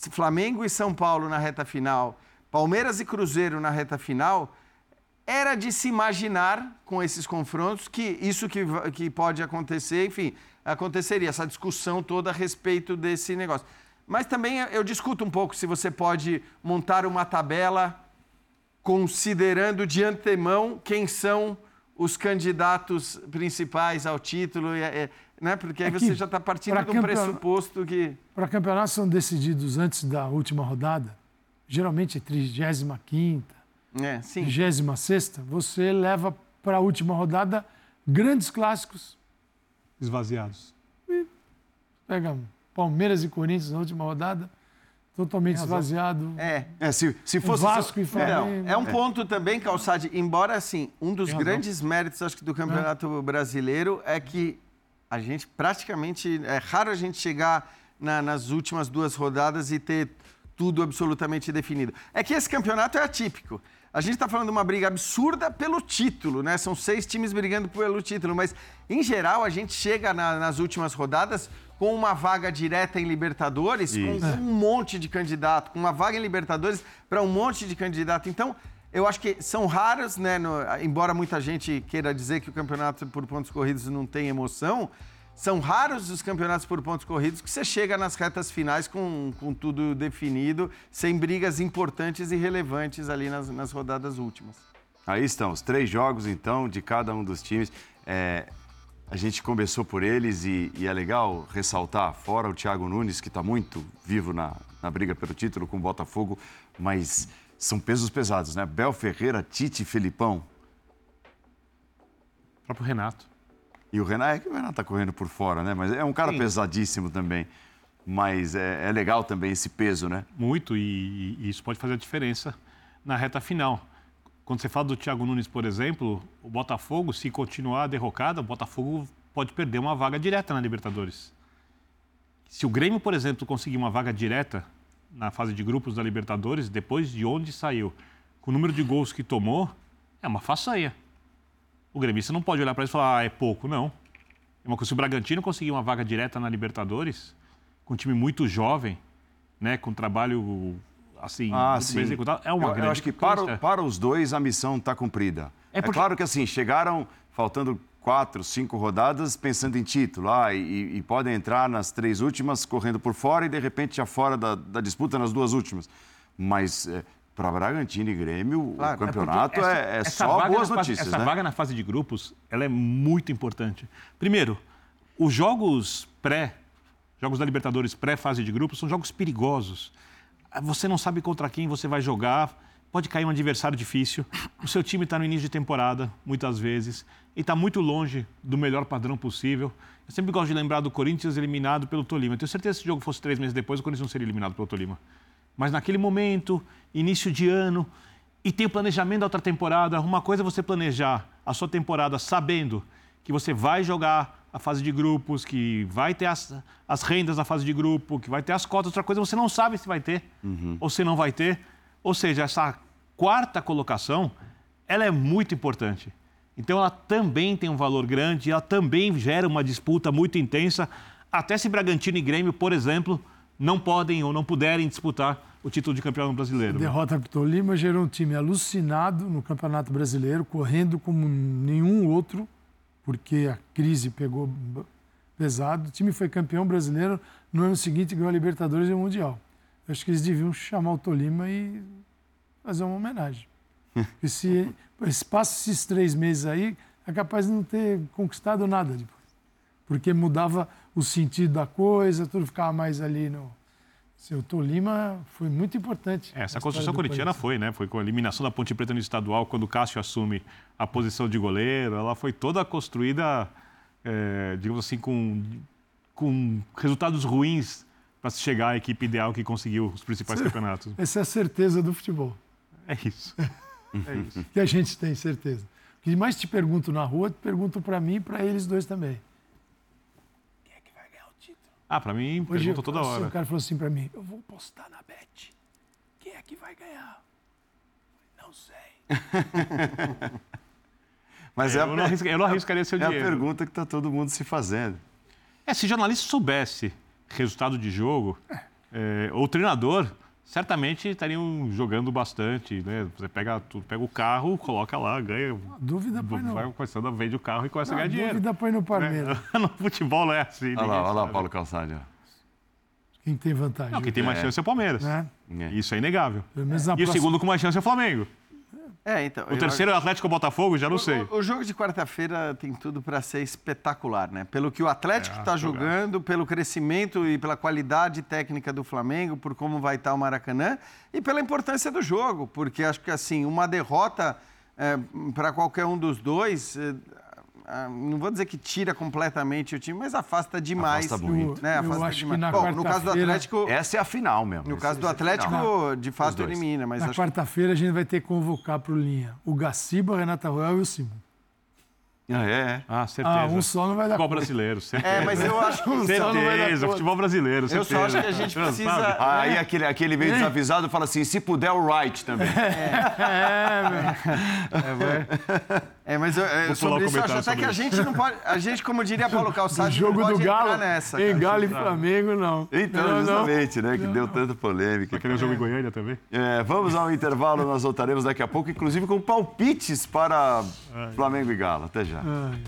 Flamengo e São Paulo na reta final, Palmeiras e Cruzeiro na reta final, era de se imaginar com esses confrontos que isso que pode acontecer, enfim, aconteceria, essa discussão toda a respeito desse negócio. Mas também eu discuto um pouco se você pode montar uma tabela considerando de antemão quem são os candidatos principais ao título, né? Porque aí você já está partindo de um pressuposto que... Para campeonatos são decididos antes da última rodada, geralmente 35ª, 36ª, você leva para a última rodada grandes clássicos. Esvaziados. E pega Palmeiras e Corinthians na última rodada, totalmente esvaziado. Se fosse Vasco e Flamengo. É um ponto também, Calçade, embora assim, um dos grandes méritos, acho que, do Campeonato Brasileiro é que a gente praticamente, é raro a gente chegar nas últimas 2 rodadas e ter tudo absolutamente definido. É que esse campeonato é atípico. A gente está falando de uma briga absurda pelo título, né? São 6 times brigando pelo título, mas, em geral, a gente chega nas últimas rodadas com uma vaga direta em Libertadores, com um monte de candidato, com uma vaga em Libertadores para um monte de candidato. Então, eu acho que são raros, né? Embora muita gente queira dizer que o campeonato por pontos corridos não tem emoção, são raros os campeonatos por pontos corridos que você chega nas retas finais com tudo definido, sem brigas importantes e relevantes ali nas rodadas últimas. Aí estão os 3 jogos, então, de cada um dos times. A gente começou por eles e é legal ressaltar, fora o Thiago Nunes, que está muito vivo na briga pelo título com o Botafogo, mas são pesos pesados, né? Bel Ferreira, Tite e Felipão. O próprio Renato. E o Renato está correndo por fora, né? Mas é um cara pesadíssimo também. Mas é legal também esse peso, né? Muito, e isso pode fazer a diferença na reta final. Quando você fala do Thiago Nunes, por exemplo, o Botafogo, se continuar a derrocada, o Botafogo pode perder uma vaga direta na Libertadores. Se o Grêmio, por exemplo, conseguir uma vaga direta na fase de grupos da Libertadores, depois de onde saiu, com o número de gols que tomou, é uma façanha. O gremista não pode olhar para isso e falar, é pouco, não. Se o Bragantino conseguir uma vaga direta na Libertadores, com um time muito jovem, né, com trabalho assim, muito bem executado, é uma grande Eu acho que para os dois a missão está cumprida. É claro que assim, chegaram faltando 4, 5 rodadas pensando em título, e podem entrar nas 3 últimas correndo por fora e de repente já fora da disputa nas 2 últimas. Mas... para Bragantino e Grêmio, o campeonato é só boas notícias, Essa né? vaga na fase de grupos, ela é muito importante. Primeiro, os jogos da Libertadores pré-fase de grupos são jogos perigosos. Você não sabe contra quem você vai jogar, pode cair um adversário difícil, o seu time está no início de temporada, muitas vezes, e está muito longe do melhor padrão possível. Eu sempre gosto de lembrar do Corinthians eliminado pelo Tolima. Eu tenho certeza que se esse jogo fosse 3 meses depois, o Corinthians não seria eliminado pelo Tolima. Mas naquele momento, início de ano, e tem o planejamento da outra temporada, uma coisa é você planejar a sua temporada sabendo que você vai jogar a fase de grupos, que vai ter as rendas da fase de grupo, que vai ter as cotas, outra coisa você não sabe se vai ter ou se não vai ter. Ou seja, essa 4ª colocação, ela é muito importante. Então ela também tem um valor grande, ela também gera uma disputa muito intensa, até se Bragantino e Grêmio, por exemplo, não podem ou não puderem disputar o título de campeão brasileiro. A derrota para o Tolima gerou um time alucinado no Campeonato Brasileiro, correndo como nenhum outro, porque a crise pegou pesado. O time foi campeão brasileiro, no ano seguinte ganhou a Libertadores e o Mundial. Eu acho que eles deviam chamar o Tolima e fazer uma homenagem. Porque se passa esses 3 meses aí, é capaz de não ter conquistado nada depois. Porque mudava o sentido da coisa, tudo ficava mais ali no... O Tolima foi muito importante. Essa construção corintiana foi, né? Foi com a eliminação da Ponte Preta no estadual, quando o Cássio assume a posição de goleiro. Ela foi toda construída, digamos assim, com resultados ruins para se chegar à equipe ideal que conseguiu os principais campeonatos. Essa é a certeza do futebol. É isso. É isso. Que a gente tem certeza. O que mais te pergunto na rua, te pergunto para mim e para eles dois também. Para mim, pergunta toda hora. O cara falou assim para mim, eu vou postar na Bet. Quem é que vai ganhar? Não sei. Mas eu não arriscaria seu dinheiro. É a pergunta que está todo mundo se fazendo. Se jornalista soubesse resultado de jogo, ou o treinador, certamente estariam jogando bastante, né? Você pega o carro, coloca lá, ganha. Dúvida põe no... Vai começando, vende o carro e começa a ganhar dinheiro. Dúvida põe no Palmeiras. No futebol não é assim. Olha lá, Paulo Calçade. Quem tem vantagem? Não, quem tem mais chance é o Palmeiras. Isso é inegável. E o segundo com mais chance é o Flamengo. Então, o terceiro é o Atlético ou Botafogo, já não sei. O jogo de quarta-feira tem tudo para ser espetacular, né? Pelo que o Atlético está jogando, pelo crescimento e pela qualidade técnica do Flamengo, por como vai estar o Maracanã e pela importância do jogo, porque acho que assim, uma derrota para qualquer um dos dois, não vou dizer que tira completamente o time, mas afasta demais. Afasta muito. Né? Eu acho que na no caso do Atlético... Essa é a final mesmo. No caso do Atlético, de fato, elimina. Mas na quarta-feira a gente vai ter que convocar para o Linha o Gaciba, a Renata Royal e o Simon. Certeza. Um só não vai dar Futebol conta. brasileiro, certeza. Mas eu acho que um só não vai dar conta. Futebol brasileiro, certeza. Eu só acho que a gente precisa... Aí aquele meio desavisado fala assim, se puder o Wright também. Mas sobre isso eu acho até que a gente não pode... A gente, como diria Paulo Calçade, jogo não pode do Galo, entrar nessa. em Galo e Flamengo, não. Então, justamente, né? Que deu tanta polêmica. Aquele jogo em Goiânia também. Vamos ao intervalo, nós voltaremos daqui a pouco, inclusive com palpites para Flamengo e Galo. Até já.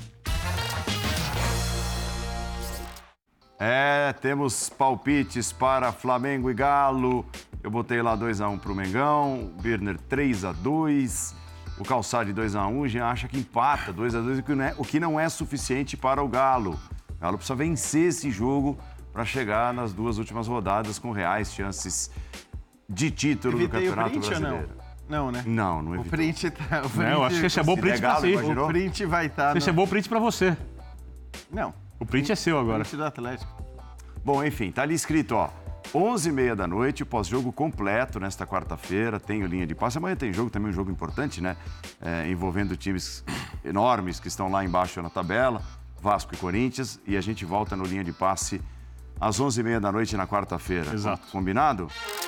Temos palpites para Flamengo e Galo. Eu botei lá 2-1 para o Mengão, o Birner 3-2, o Calçade 2-1, já acha que empata 2-2, o que não é suficiente para o Galo. O Galo precisa vencer esse jogo para chegar nas 2 últimas rodadas com reais chances de título do Campeonato Brasileiro. Não, né? Não O evita. print tá... Eu acho que esse é bom print para si. O print vai estar... Esse é bom print para você. Não. O print é seu agora. O print do Atlético. Bom, enfim, tá ali escrito, 11h30 da noite, pós-jogo completo nesta quarta-feira, tem o Linha de Passe. Amanhã tem jogo, também um jogo importante, né? Envolvendo times enormes que estão lá embaixo na tabela, Vasco e Corinthians, e a gente volta no Linha de Passe às 11h30 da noite na quarta-feira. Exato. Combinado?